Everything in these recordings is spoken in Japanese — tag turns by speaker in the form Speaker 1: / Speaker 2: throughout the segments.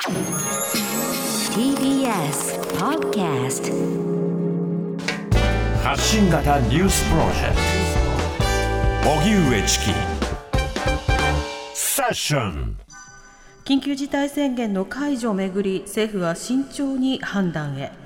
Speaker 1: TBS Podcast
Speaker 2: 発信型ニュースプロジェクト荻上チキセッション。
Speaker 3: 緊急事態宣言の解除をめぐり、政府は慎重に判断へ。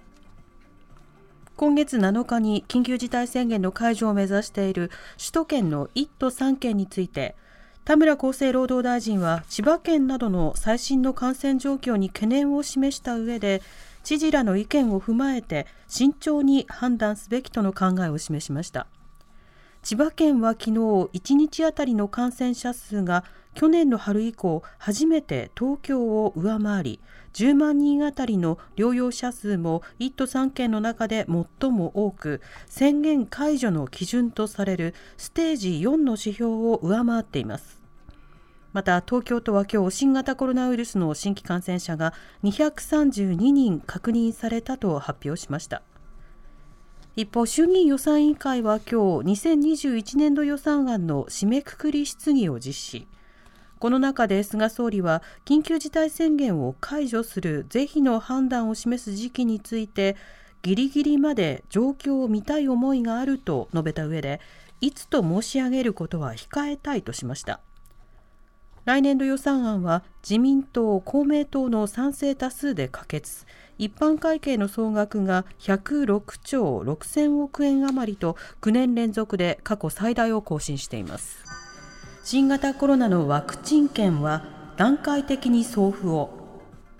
Speaker 3: 今月7日に緊急事態宣言の解除を目指している首都圏の1都3県について、田村厚生労働大臣は千葉県などの最新の感染状況に懸念を示した上で、知事らの意見を踏まえて慎重に判断すべきとの考えを示しました。千葉県は昨日1日あたりの感染者数が去年の春以降初めて東京を上回り、10万人あたりの療養者数も1都3県の中で最も多く、宣言解除の基準とされるステージ4の指標を上回っています。また東京都は今日新型コロナウイルスの新規感染者が232人確認されたと発表しました。一方、衆議院予算委員会は今日2021年度予算案の締めくくり質疑を実施。この中で菅総理は緊急事態宣言を解除する是非の判断を示す時期について、ギリギリまで状況を見たい思いがあると述べた上で、いつと申し上げることは控えたいとしました。来年度予算案は自民党・公明党の賛成多数で可決、一般会計の総額が106兆6000億円余りと9年連続で過去最大を更新しています。新型コロナのワクチン券は段階的に送付を。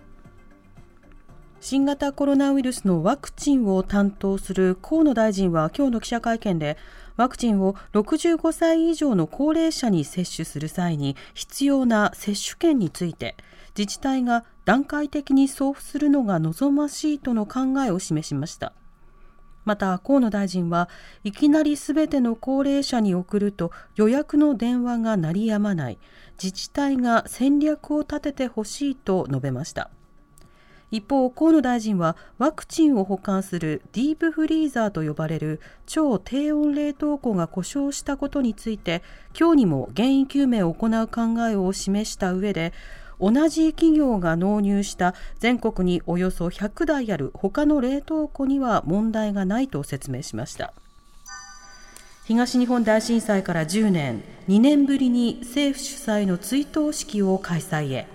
Speaker 3: 新型コロナウイルスのワクチンを担当する河野大臣は今日の記者会見で、ワクチンを65歳以上の高齢者に接種する際に必要な接種券について、自治体が段階的に送付するのが望ましいとの考えを示しました。また河野大臣は、いきなりすべての高齢者に送ると予約の電話が鳴りやまない、自治体が戦略を立ててほしいと述べました。一方、河野大臣はワクチンを保管するディープフリーザーと呼ばれる超低温冷凍庫が故障したことについて、今日にも原因究明を行う考えを示した上で、同じ企業が納入した全国におよそ100台ある他の冷凍庫には問題がないと説明しました。東日本大震災から10年、2年ぶりに政府主催の追悼式を開催へ。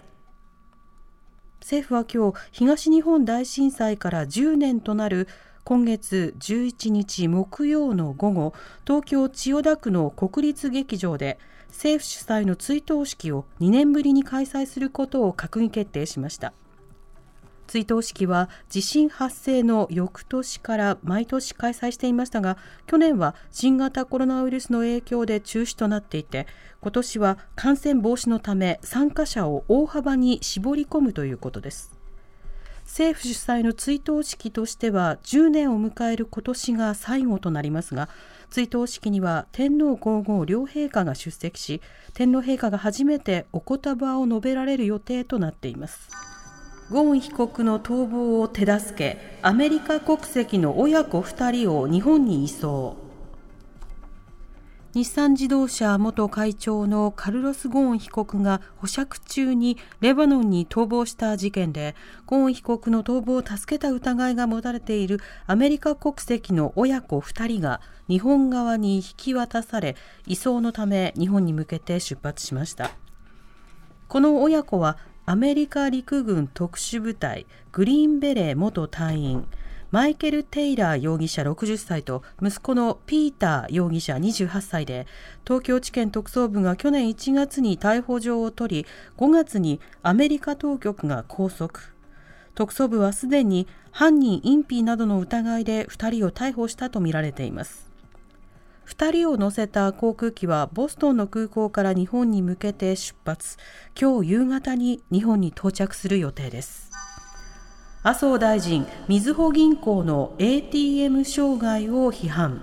Speaker 3: 政府は今日、東日本大震災から10年となる今月11日木曜の午後、東京千代田区の国立劇場で政府主催の追悼式を2年ぶりに開催することを閣議決定しました。追悼式は地震発生の翌年から毎年開催していましたが、去年は新型コロナウイルスの影響で中止となっていて、今年は感染防止のため参加者を大幅に絞り込むということです。政府主催の追悼式としては10年を迎える今年が最後となりますが、追悼式には天皇皇后両陛下が出席し、天皇陛下が初めてお言葉を述べられる予定となっています。ゴーン被告の逃亡を手助け、アメリカ国籍の親子2人を日本に移送。日産自動車元会長のカルロス・ゴーン被告が保釈中にレバノンに逃亡した事件で、ゴーン被告の逃亡を助けた疑いが持たれているアメリカ国籍の親子2人が日本側に引き渡され、移送のため日本に向けて出発しました。この親子はアメリカ陸軍特殊部隊グリーンベレー元隊員マイケル・テイラー容疑者60歳と息子のピーター容疑者28歳で、東京地検特捜部が去年1月に逮捕状を取り、5月にアメリカ当局が拘束。特捜部はすでに犯人隠避などの疑いで2人を逮捕したとみられています。2人を乗せた航空機はボストンの空港から日本に向けて出発。今日夕方に日本に到着する予定です。麻生大臣、みずほ銀行の ATM 障害を批判。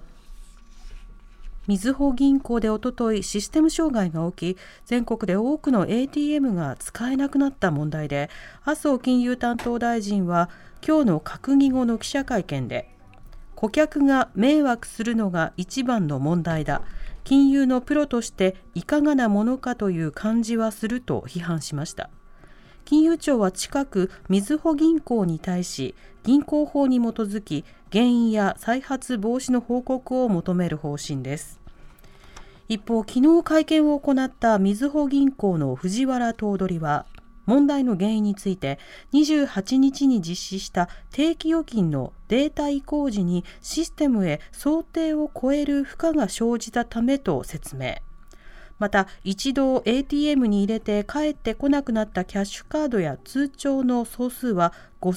Speaker 3: みずほ銀行でおとといシステム障害が起き、全国で多くの ATM が使えなくなった問題で、麻生金融担当大臣は今日の閣議後の記者会見で、顧客が迷惑するのが一番の問題だ。金融のプロとしていかがなものかという感じはすると批判しました。 金融庁は近くみずほ銀行に対し銀行法に基づき原因や再発防止の報告を求める方針です。一方、昨日会見を行ったみずほ銀行の藤原頭取は問題の原因について28日に実施した定期預金のデータ移行時にシステムへ想定を超える負荷が生じたためと説明。また一度 ATM に入れて帰ってこなくなったキャッシュカードや通帳の総数は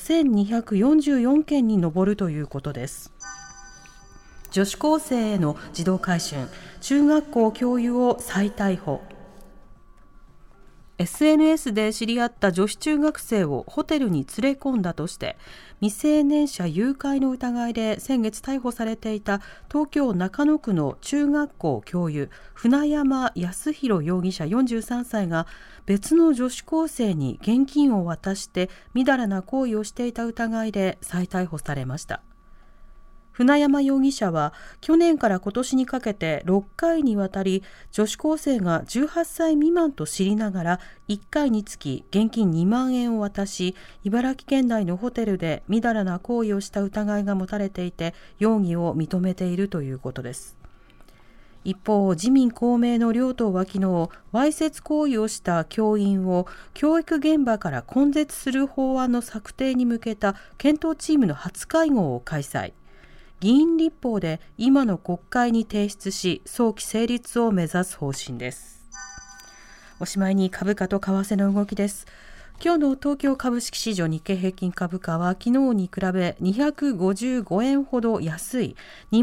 Speaker 3: 5244件に上るということです。女子高生への児童買春、中学校教諭を再逮捕。SNS で知り合った女子中学生をホテルに連れ込んだとして未成年者誘拐の疑いで先月逮捕されていた東京中野区の中学校教諭船山康弘容疑者43歳が別の女子高生に現金を渡してみだらな行為をしていた疑いで再逮捕されました。船山容疑者は去年から今年にかけて6回にわたり女子高生が18歳未満と知りながら1回につき現金2万円を渡し茨城県内のホテルでみだらな行為をした疑いが持たれていて容疑を認めているということです。一方、自民公明の両党は昨日わいせつ行為をした教員を教育現場から根絶する法案の策定に向けた検討チームの初会合を開催。議員立法で今の国会に提出し早期成立を目指す方針です。おしまいに株価と為替の動きです。今日の東京株式市場日経平均株価は昨日に比べ255円ほど安い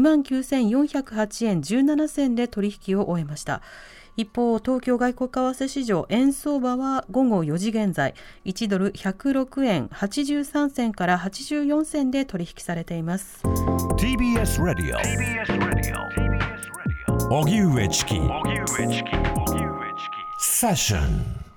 Speaker 3: 29,408 円17銭で取引を終えました。一方、東京外国為替市場円相場は午後4時現在1ドル106円83銭から84銭で取引されています。
Speaker 2: TBS ラジオ荻上チキセッション。